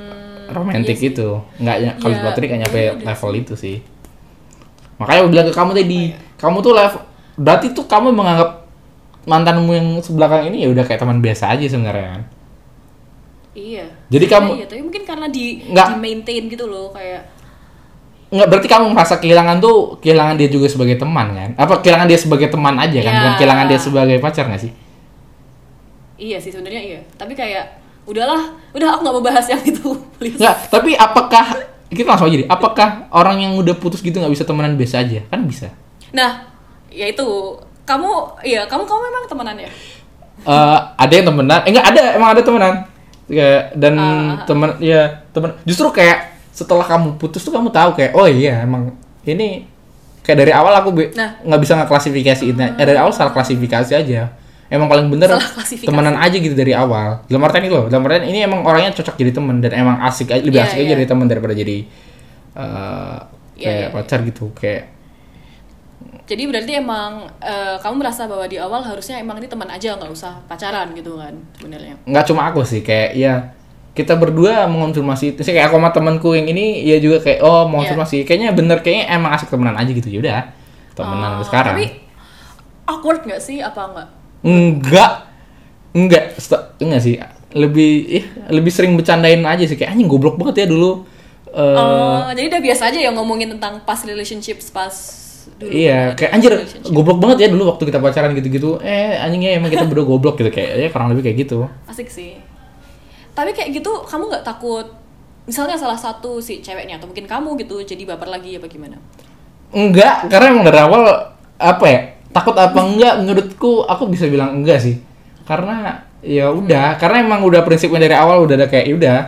romantis iya sih. itu. Nggak ny- kalau Ya, platonik nggak nyampe ya udah level itu sih. Makanya aku bilang ke kamu tadi, kamu tuh level berarti tuh kamu menganggap mantanmu yang sebelakang ini ya udah kayak teman biasa aja sebenarnya kan. Iya. Jadi kamu- Iya, tapi mungkin karena di Nggak. di maintain gitu loh kayak Nggak, berarti kamu merasa kehilangan tuh kehilangan dia juga sebagai teman kan? Apa kehilangan dia sebagai teman aja kan? Ya. Bukan kehilangan dia sebagai pacar nggak sih? iya sih sebenarnya iya. Tapi kayak udahlah, udah aku nggak mau bahas yang itu. Please. Nggak, tapi apakah kita langsung aja deh. Apakah orang yang udah putus gitu nggak bisa temenan biasa aja? Kan bisa. Nah, ya itu kamu, iya kamu kamu memang temenan ya? Eh, ada yang temenan, eh, enggak ada, emang ada temenan. Kayak dan Ah. temen ya temen justru kayak setelah kamu putus tuh kamu tahu kayak oh iya emang ini kayak dari awal aku be- Nah. nggak bisa ngeklasifikasiin eh, dari awal salah klasifikasi aja. Emang paling bener Salah klasifikasi. temenan aja gitu dari awal. Dalam artian itu loh, dalam artian ini emang orangnya cocok jadi temen dan emang asik aja, lebih Iya, asik aja iya. jadi temen daripada jadi eh, Iya, kayak iya, pacar gitu kayak Jadi berarti emang eh, kamu merasa bahwa di awal harusnya emang ini teman aja, nggak usah pacaran gitu kan sebenarnya? nggak cuma aku sih kayak ya kita berdua mengonfirmasi itu sih kayak aku sama temanku yang ini ya juga kayak oh mengonfirmasi kayaknya bener kayaknya emang asik temenan aja gitu ya udah temenan Oh, sampai sekarang Tapi awkward nggak sih apa enggak? enggak enggak st- enggak sih lebih ih, lebih sering bercandain aja sih kayak anjing goblok banget ya dulu. Eh, Oh, jadi udah biasa aja ya ngomongin tentang past relationships pas dulu. iya kayak anjir goblok banget ya dulu waktu kita pacaran gitu-gitu eh anjingnya emang kita berdua goblok gitu kayak ya kurang lebih kayak gitu. Asik sih. Tapi kayak gitu kamu nggak takut misalnya salah satu si ceweknya atau mungkin kamu gitu jadi baper lagi apa gimana? Enggak, karena emang dari awal apa ya? Takut apa enggak? Menurutku aku bisa bilang enggak sih. Karena ya udah, karena emang udah prinsipnya dari awal udah ada kayak ya udah.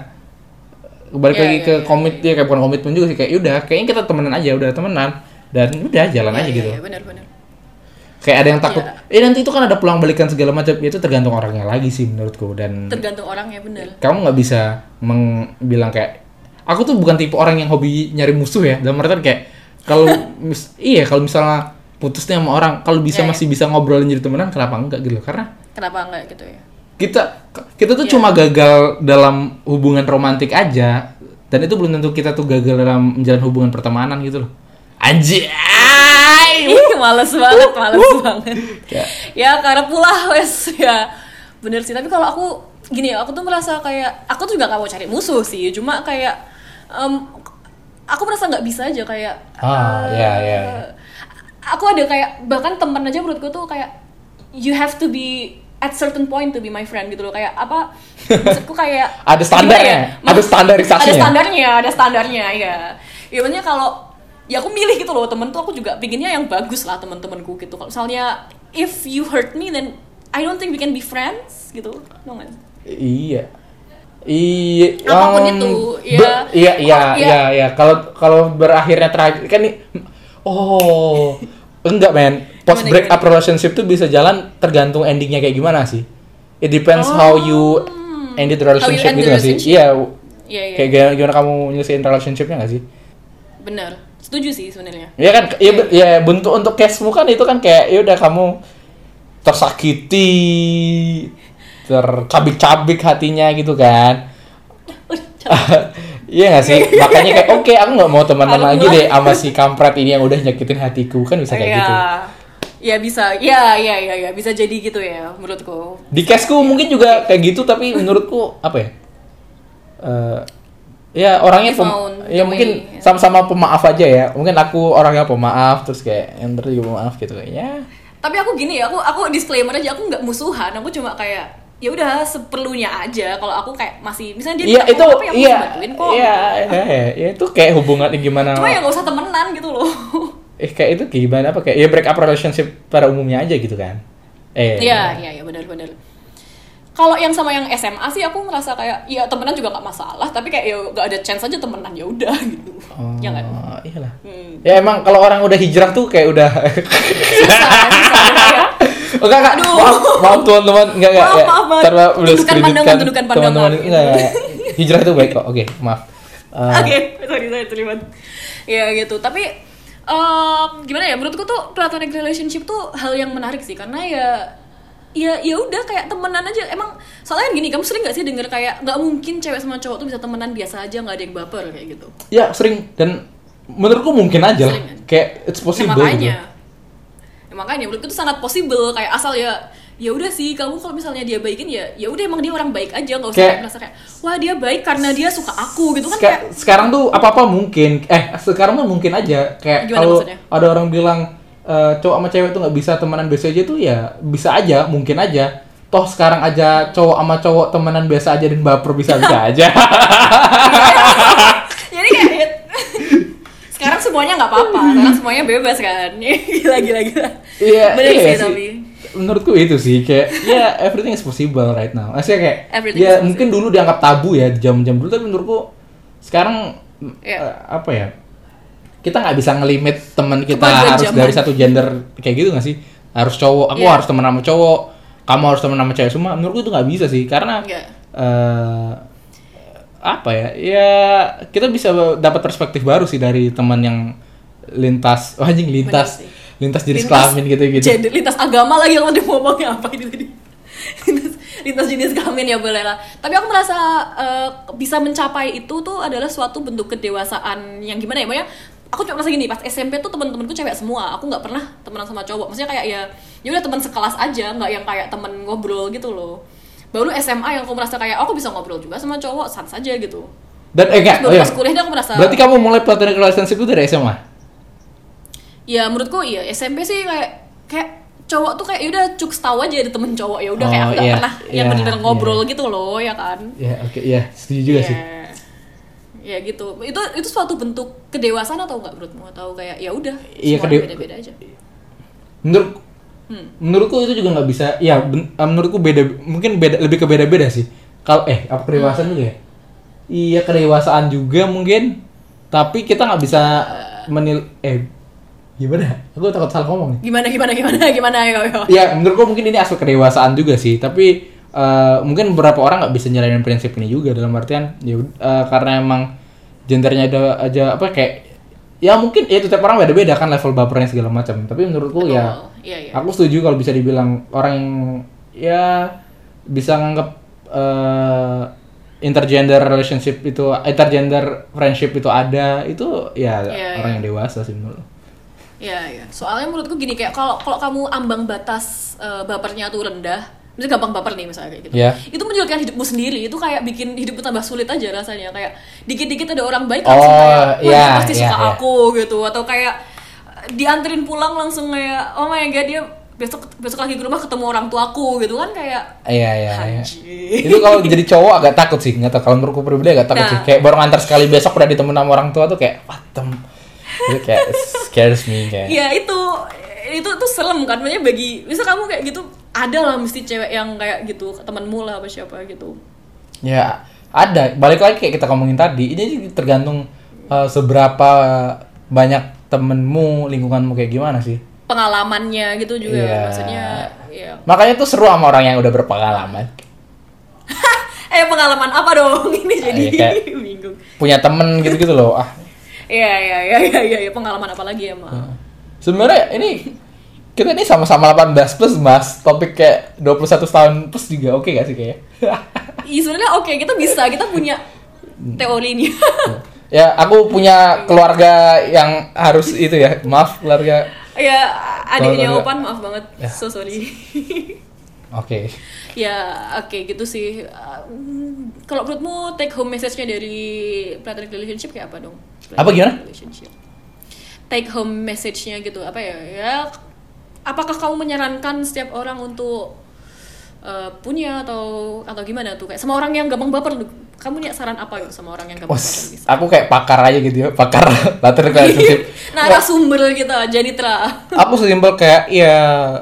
Balik Ya, lagi ya, ke ya, komit ya kayak bukan komitmen juga sih kayak ya udah, kayaknya kita temenan aja, udah temenan dan udah jalan aja Iya, gitu. Iya, benar-benar. Kayak ada yang takut, Ya. eh nanti itu kan ada pulang balikan segala macam, itu tergantung orangnya lagi sih menurutku dan Tergantung orangnya bener. kamu nggak bisa meng- bilang kayak aku tuh bukan tipe orang yang hobi nyari musuh ya dalam artian kayak kalau mis- iya kalau misalnya putusnya sama orang kalau bisa Ya, ya. masih bisa ngobrolin jadi temenan kenapa enggak gitu loh karena Kenapa enggak gitu ya? kita kita tuh Ya. cuma gagal dalam hubungan romantik aja dan itu belum tentu kita tuh gagal dalam menjalin hubungan pertemanan gitu loh anjay. Ih, males banget, males banget. Ya. Ya karena pula wes ya bener sih. Tapi kalau aku gini, aku tuh merasa kayak aku tuh juga gak mau cari musuh sih. Cuma kayak em, aku merasa nggak bisa aja kayak. Ah, eh, ya, ya, ya. Aku ada kayak bahkan teman aja menurutku tuh kayak you have to be at certain point to be my friend gitu loh kayak apa maksudku kayak Ada standarnya, gimana ya? ada standarisasinya. Ada standarnya, ada standarnya ya. Ya maksudnya kalau ya aku milih gitu loh temen tuh aku juga pinginnya yang bagus lah temen-temenku gitu. Kalau misalnya if you hurt me then I don't think we can be friends gitu. No kan? Iya. Iya, Apapun em, itu, ya. be- iya, iya, Oh, iya. iya, iya. Kalau kalau berakhirnya tragedi kan nih, oh, enggak men. Post Gimana, break up gimana? relationship tuh bisa jalan tergantung endingnya kayak gimana sih. It depends how you ended the relationship end gitu the nggak sih? relationship. Iya. Iya, iya. Kayak gimana, gimana kamu nyelesain relationshipnya nggak sih? Bener. Setuju sih sebenarnya. Iya kan, iya, be- ya bentuk untuk casemu kan itu kan kayak ya udah kamu tersakiti, tercabik-cabik hatinya gitu kan. Iya gak sih? Makanya kayak oke aku gak mau temenan Aduh. lagi deh sama si kampret ini yang udah nyakitin hatiku. Kan bisa kayak Iya. gitu. Ya bisa. Ya, ya, ya, ya bisa jadi gitu ya menurutku. Di caseku mungkin juga kayak gitu tapi menurutku apa ya? Eh ya orangnya He pem- found ya the mungkin way, ya. sama-sama pemaaf aja ya. Mungkin aku orangnya pemaaf terus kayak yang terus juga pemaaf gitu kayaknya. Tapi aku gini ya, aku aku disclaimer aja, aku nggak musuhan, aku cuma kayak ya udah seperlunya aja. Kalau aku kayak masih misalnya dia Iya minta itu apa, ya aku iya bisa bantuin kok. iya iya iya, itu kayak hubungannya gimana? Cuma ya nggak usah temenan gitu loh. Eh kayak itu kayak gimana apa kayak ya break up relationship pada umumnya aja gitu kan? Eh. Iya, iya, iya benar-benar. Kalau yang sama yang S M A sih aku ngerasa kayak ya temenan juga nggak masalah, tapi kayak ya nggak ada chance aja temenan ya udah gitu. Oh, Ya kan? iyalah. Hmm. Ya emang kalau orang udah hijrah tuh kayak udah Susah, susah ya. Oh, enggak, enggak. Aduh. Maaf, maaf teman-teman, enggak enggak. Maaf, ya. maaf, maaf. Karena udah Tunjukkan skreditkan pandangan, tunjukkan pandangan, teman-teman gitu. enggak, enggak. Hijrah itu baik kok. Oke, maaf. Eh, Oke, sorry saya terlibat. Ya gitu. Tapi em, gimana ya? Menurutku tuh platonic relationship tuh hal yang menarik sih karena ya ya ya udah kayak temenan aja. Emang soalnya kan gini, kamu sering nggak sih denger kayak nggak mungkin cewek sama cowok tuh bisa temenan biasa aja nggak ada yang baper kayak gitu? Ya sering, dan menurutku mungkin aja lah, Sering, kan? kayak it's possible Ya, makanya gitu. ya, makanya menurutku itu sangat possible, kayak asal ya ya udah sih, kamu kalau misalnya dia baikin ya ya udah emang dia orang baik aja, nggak usah Kayak- kayak merasa kayak wah dia baik karena dia suka aku gitu kan. Seka- Kayak sekarang tuh apa-apa mungkin, eh sekarang tuh mungkin aja kayak Gimana kalau maksudnya? ada orang bilang eh, cowok sama cewek tuh nggak bisa temenan biasa aja tuh ya bisa aja, mungkin aja. Toh sekarang aja cowok sama cowok temenan biasa aja dan baper bisa-bisa aja. jadi kayak sekarang semuanya nggak apa-apa, sekarang semuanya bebas kan. Gila gila gila. Iya, Bener iya sih, sih. tapi Menurutku itu sih kayak ya everything is possible right now. Maksudnya kayak Everything ya is mungkin dulu dianggap tabu ya di jam-jam dulu, tapi menurutku sekarang Iya. eh, apa ya? Kita nggak bisa ngelimit teman kita Kemajuan harus zaman. dari satu gender kayak gitu nggak sih? Harus cowok, aku Iya. harus temen sama cowok, kamu harus temen sama cewek semua. Menurutku itu nggak bisa sih karena Iya. eh apa ya? Ya kita bisa dapat perspektif baru sih dari teman yang lintas, oh anjing lintas, Bener sih. lintas jenis Lintas kelamin gitu-gitu. gender, lintas agama lagi, yang tadi mau ngomongnya apa ini tadi. lintas, lintas jenis kelamin ya boleh lah. Tapi aku merasa eh, bisa mencapai itu tuh adalah suatu bentuk kedewasaan yang gimana ya, makanya aku cuma merasa gini, pas S M P tuh teman-temanku cewek semua, aku nggak pernah temenan sama cowok. Maksudnya kayak ya ya udah teman sekelas aja, nggak yang kayak temen ngobrol gitu loh. Baru S M A yang aku merasa kayak aku bisa ngobrol juga sama cowok, sans saja gitu. Dan eh enggak, Baru oh iya. pas kuliah aku merasa Berarti kamu mulai platonic relationship itu dari S M A? ya menurutku iya S M P sih kayak kayak cowok tuh kayak udah cukup tahu aja ada temen cowok, ya udah kayak Oh, aku nggak iya, pernah iya, yang bener-bener iya. ngobrol gitu loh ya kan. Ya oke, ya setuju juga Iya. sih. Ya gitu, itu itu suatu bentuk kedewasaan atau enggak menurutmu, atau kayak ya udah Iya, semua kede- beda-beda aja. Menurut Hmm. menurutku itu juga nggak bisa. Ya ben- eh, menurutku beda, mungkin beda, lebih ke beda-beda sih. Kalau eh apa kedewasaan Hmm. juga ya? Iya kedewasaan juga mungkin. Tapi kita nggak bisa menil eh gimana? Aku takut salah ngomong nih. Gimana gimana gimana gimana yo yo. Ya menurutku mungkin ini aspek kedewasaan juga sih. Tapi eh, mungkin beberapa orang nggak bisa nyalain prinsip ini juga, dalam artian ya ud- eh, karena emang gendernya ada aja apa kayak ya mungkin ya itu tiap orang beda-beda kan level bapernya segala macam. Tapi menurutku Betul. ya Iya iya. aku setuju kalau bisa dibilang orang yang ya bisa nganggap eh, intergender relationship itu, intergender friendship itu ada, itu ya Iya, orang iya. yang dewasa sih menurut. Iya iya. Soalnya menurutku gini, kayak kalau kalau kamu ambang batas eh, bapernya tuh rendah, misalnya gampang baper nih misalnya kayak gitu. Iya. Itu menyulitkan hidupmu sendiri, itu kayak bikin hidupmu tambah sulit aja rasanya. Kayak dikit-dikit ada orang baik Oh, langsung kayak wah iya, dia pasti iya, suka iya. aku gitu, atau kayak eh, dianterin pulang langsung kayak oh my god dia besok besok lagi ke rumah ketemu orang tuaku gitu kan, kayak Iya iya iya. anjir. Itu kalau jadi cowok agak takut sih, nggak tahu, kalau menurutku pribadi agak takut Nah. sih. Kayak baru ngantar sekali besok udah ditemuin sama orang tua tuh kayak what the itu kayak scares me kayak. Iya itu itu tuh serem kan, makanya bagi misal kamu kayak gitu ada lah mesti cewek yang kayak gitu, temanmu lah apa siapa gitu. Ya ada, balik lagi kayak kita ngomongin tadi, ini tergantung eh, seberapa banyak temenmu, lingkunganmu kayak gimana sih. Pengalamannya gitu juga, Iya. maksudnya ya. Makanya tuh seru sama orang yang udah berpengalaman. Eh pengalaman apa dong ini jadi Iya, kayak- bingung. Punya temen gitu-gitu loh. Ah, Iya iya iya iya iya ya, pengalaman apa lagi emang. sebenarnya ini kita ini sama-sama delapan belas plus mas, topik kayak dua puluh satu tahun plus juga oke gak sih kayak? Iya sebenarnya oke, kita bisa, kita punya teorinya. Ya aku punya keluarga yang harus itu ya, maaf keluarga. Ya adiknya Keluarga. Opan, maaf banget, Ya. so sorry. Oke. Ya oke gitu sih. Um, kalau menurutmu take home message-nya dari platonic relationship kayak apa dong? Apa gimana? Relationship. Take home message-nya gitu apa ya? Ya apakah kamu menyarankan setiap orang untuk uh, punya atau atau gimana tuh, kayak sama orang yang gampang baper, kamu punya saran apa gitu sama orang yang gampang Wah, baper bisa? aku kayak pakar aja gitu ya, pakar latar relationship. Narasumber kita jadi tra. Aku sesimpel kayak ya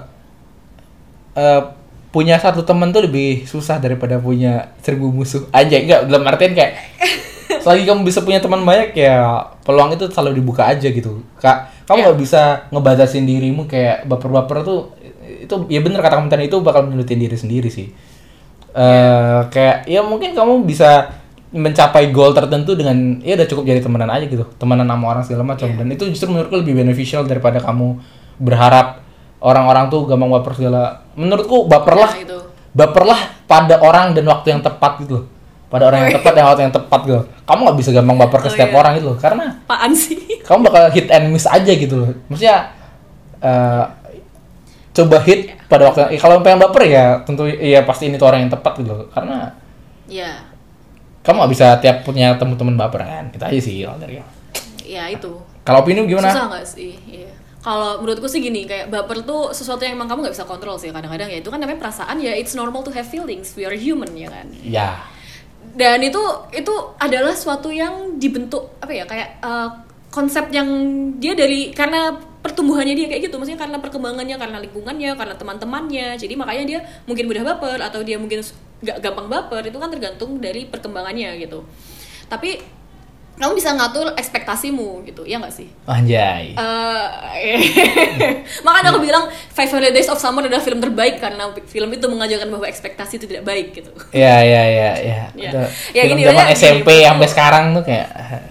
eh, punya satu temen tuh lebih susah daripada punya seribu musuh aja. Enggak, dalam artian kayak selagi kamu bisa punya teman banyak ya peluang itu selalu dibuka aja gitu. Kak, kamu Iya. nggak bisa ngebatasin dirimu kayak baper-baper tuh, itu ya bener kata kamu tadi, itu bakal menurutin diri sendiri sih. Eh kayak ya mungkin kamu bisa mencapai goal tertentu dengan ya udah cukup jadi temenan aja gitu, temenan sama orang segala macam. Iya. Dan itu justru menurutku lebih beneficial daripada kamu berharap orang-orang tuh gampang baper segala. Menurutku baperlah. Nah, itu. Baperlah pada orang dan waktu yang tepat gitu loh. Pada orang yang tepat dan waktu yang tepat gitu. Kamu nggak bisa gampang baper ke Oh, setiap iya. orang gitu loh. Karena Apaan sih? kamu bakal hit and miss aja gitu loh. Maksudnya uh, coba hit pada waktu ya, kalau pengen baper ya tentu ya pasti ini tuh orang yang tepat gitu loh. Karena Ya, kamu nggak bisa tiap punya teman-teman baper kan. Kita aja sih kalau dari ya itu. kalau opini gimana? Susah nggak sih? Iya. Kalau menurutku sih gini, kayak baper tuh sesuatu yang emang kamu nggak bisa kontrol sih kadang-kadang ya. Itu kan namanya perasaan ya, it's normal to have feelings. We are human ya kan. Ya. Dan itu itu adalah suatu yang dibentuk apa ya kayak uh, konsep yang dia dari karena pertumbuhannya dia kayak gitu, maksudnya karena perkembangannya, karena lingkungannya, karena teman-temannya. Jadi makanya dia mungkin mudah baper atau dia mungkin nggak gampang baper, itu kan tergantung dari perkembangannya gitu. Tapi kamu bisa ngatur ekspektasimu gitu, ya nggak sih? Anjay. Uh, makanya aku bilang Five Hundred Days of Summer adalah film terbaik karena film itu mengajarkan bahwa ekspektasi itu tidak baik gitu. Iya iya iya iya. Ya. Itu Ya, film gini, zaman ya, S M P gini, sampai betul. sekarang tuh kayak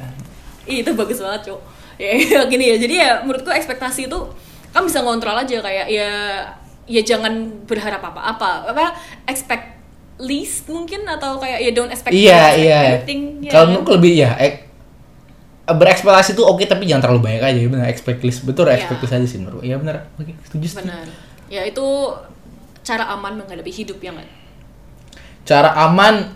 Ih, itu bagus banget, Cok. Ya gini ya. Jadi ya menurutku ekspektasi itu kamu bisa ngontrol aja kayak ya ya jangan berharap apa-apa. Apa expect least mungkin atau kayak ya don't expect, iya expect iya. anything. Ya, Kalau kan? menurutku lebih ya ek, berekspektasi tuh oke tapi jangan terlalu banyak aja, benar. Expect list betul, Iya. expect list aja sih menurut. Iya benar. Oke, setuju sih. Benar. Ya itu cara aman menghadapi hidup ya nggak? Cara aman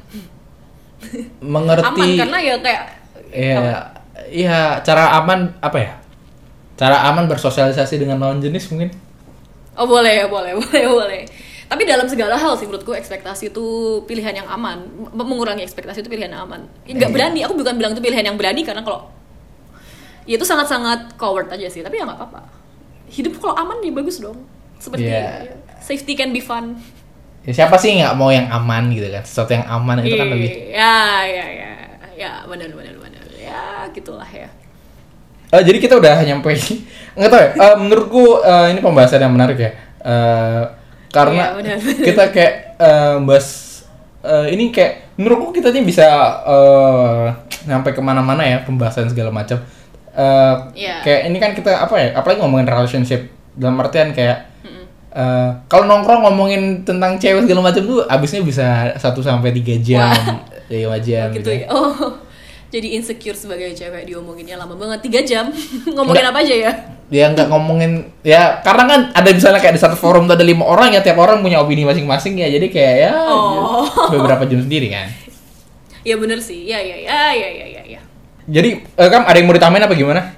mengerti. Aman karena ya kayak Iya, apa? iya, cara aman apa ya? Cara aman bersosialisasi dengan lawan jenis mungkin. Oh boleh, boleh, boleh, boleh. Tapi dalam segala hal sih menurutku ekspektasi itu pilihan yang aman. M- Mengurangi ekspektasi itu pilihan yang aman. Ya, nggak Iya. berani, aku bukan bilang itu pilihan yang berani karena kalau ya itu sangat-sangat coward aja sih. Tapi ya nggak apa-apa. Hidup kalau aman ya bagus dong. Seperti Iya. ya, safety can be fun. Ya, siapa sih nggak mau yang aman gitu kan? Sesuatu yang aman itu kan lebih. Ya, ya, ya, ya, benar, benar, benar. Ya, gitulah ya. Eh, jadi kita udah nyampe nggak tahu ya. eh, menurutku eh, ini pembahasan yang menarik ya. Eh, karena Iya, benar. kita kayak eh, bahas eh, ini kayak menurutku kita nih bisa eh, sampai kemana-mana ya pembahasan segala macam. Eh, Iya. Kayak ini kan kita apa ya? Apalagi ngomongin relationship dalam artian kayak eh, kalau nongkrong ngomongin tentang cewek segala macam tuh abisnya bisa satu sampai tiga jam, lima jam. Oh, gitu ya. Oh. Jadi insecure sebagai cewek diomonginnya lama banget tiga jam. Ngomongin Enggak. apa aja ya? Ya nggak ngomongin ya karena kan ada misalnya kayak di satu forum tuh ada lima orang ya, tiap orang punya opini masing-masing ya, jadi kayak ya Oh. beberapa jam sendiri kan. Ya bener sih. Ya, ya, ya, ya, ya, ya, ya. Jadi eh, Kam ada yang mau ditambahin apa gimana?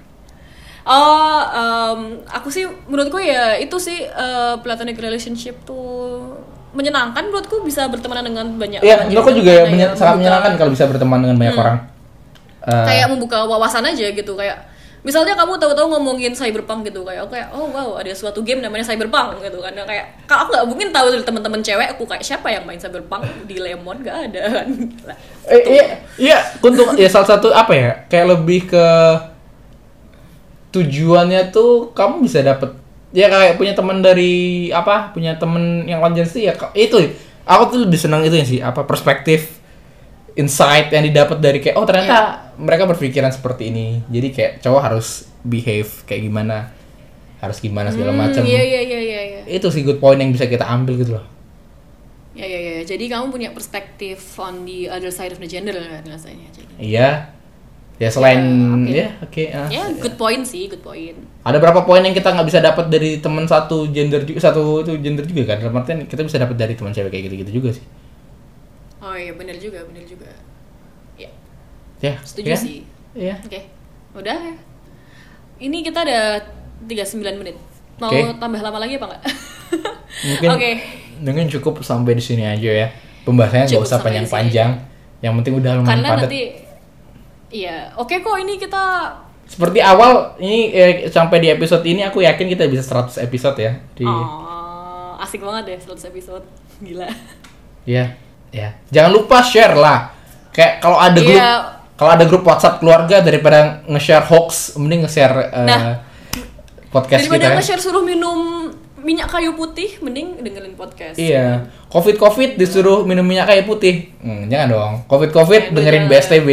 Oh, em, aku sih menurutku ya itu sih eh, platonic relationship tuh menyenangkan, menurutku bisa bertemanan dengan banyak Iya, orang menurutku gitu. juga ya Karena menye- sangat membuka- menyenangkan kalau bisa berteman dengan banyak orang. Eh, kayak membuka wawasan aja gitu, kayak misalnya kamu tahu-tahu ngomongin cyberpunk gitu, kayak kayak oh wow ada suatu game namanya cyberpunk gitu kan, kayak kalau aku nggak mungkin tahu dari teman-teman cewek aku kayak siapa yang main cyberpunk di Lemon, nggak ada kan. eh, iya, iya, untuk ya salah satu apa ya? Kayak lebih ke tujuannya tuh kamu bisa dapet ya kayak punya teman dari apa? Punya temen yang lanjut sih ya ka- itu. Aku tuh lebih senang itu ya sih, apa perspektif insight yang didapat dari kayak oh ternyata mereka berpikiran seperti ini. Jadi kayak cowok harus behave kayak gimana, harus gimana segala macam. Iya iya iya iya. Ya. Itu sih good point yang bisa kita ambil gitu loh. Ya ya ya. Jadi kamu punya perspektif on the other side of the gender kan rasanya. Jadi. Iya. Ya selain Ya, ya oke. ah. Ya good point sih, good point. Ada berapa poin yang kita nggak bisa dapat dari teman satu gender juga, satu itu gender juga kan? Dalam artian kita bisa dapat dari teman cewek kayak gitu-gitu juga sih. Oh iya benar juga, benar juga. Ya, Ya. setuju ya? sih. Iya. Oke. Udah ya. Ini kita ada tiga puluh sembilan menit. Mau Oke. tambah lama lagi apa enggak? Mungkin Oke. mungkin cukup sampai di sini aja ya. Pembahasannya nggak Cukup usah sampai di panjang-panjang. Yang penting udah lumayan Karena padat. nanti iya, oke kok ini kita Seperti awal ini eh, sampai di episode ini aku yakin kita bisa seratus episode ya. Di oh, asik banget deh seratus episode. Gila. ya, ya. Jangan lupa share lah. Kayak kalau ada grup Iya. kalau ada grup WhatsApp keluarga daripada nge-share hoax, mending nge-share eh, Nah. podcast Daripada kita. nge-share suruh minum minyak kayu putih, mending dengerin podcast. Iya. Covid-Covid disuruh minum minyak kayu putih. Hmm, jangan dong. Covid-Covid Aduh, dengerin jangan. B S T B.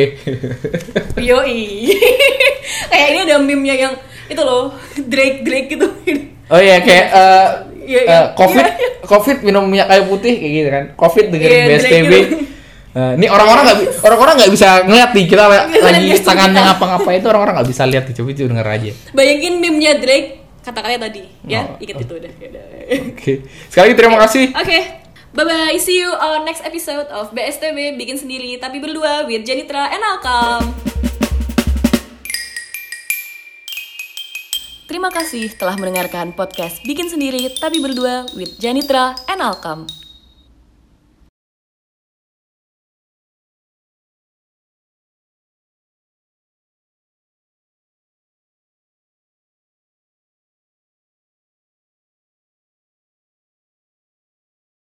Yoi. Kayak ini ada meme-nya yang itu loh, Drake Drake gitu. Oh iya kayak uh, Iya, iya. uh, covid Iya, iya. covid minum minyak kayu putih kayak gitu kan. Covid dengerin Iya, B S T B. gitu. Nah, ini orang-orang nggak bi- orang-orang nggak bisa ngeliat nih kita la- Nggak lagi lihat tangannya kita. ngapa-ngapa itu orang-orang nggak bisa lihat, coba itu denger aja. Bayangin meme-nya Drake kata-kata tadi, ya, Oh, ikat oh. itu udah. udah. Oke. Sekali lagi terima kasih. Oke, bye bye. See you on next episode of B S T B bikin sendiri tapi berdua with Janitra and Alkam. Terima kasih telah mendengarkan podcast bikin sendiri tapi berdua with Janitra and Alkam.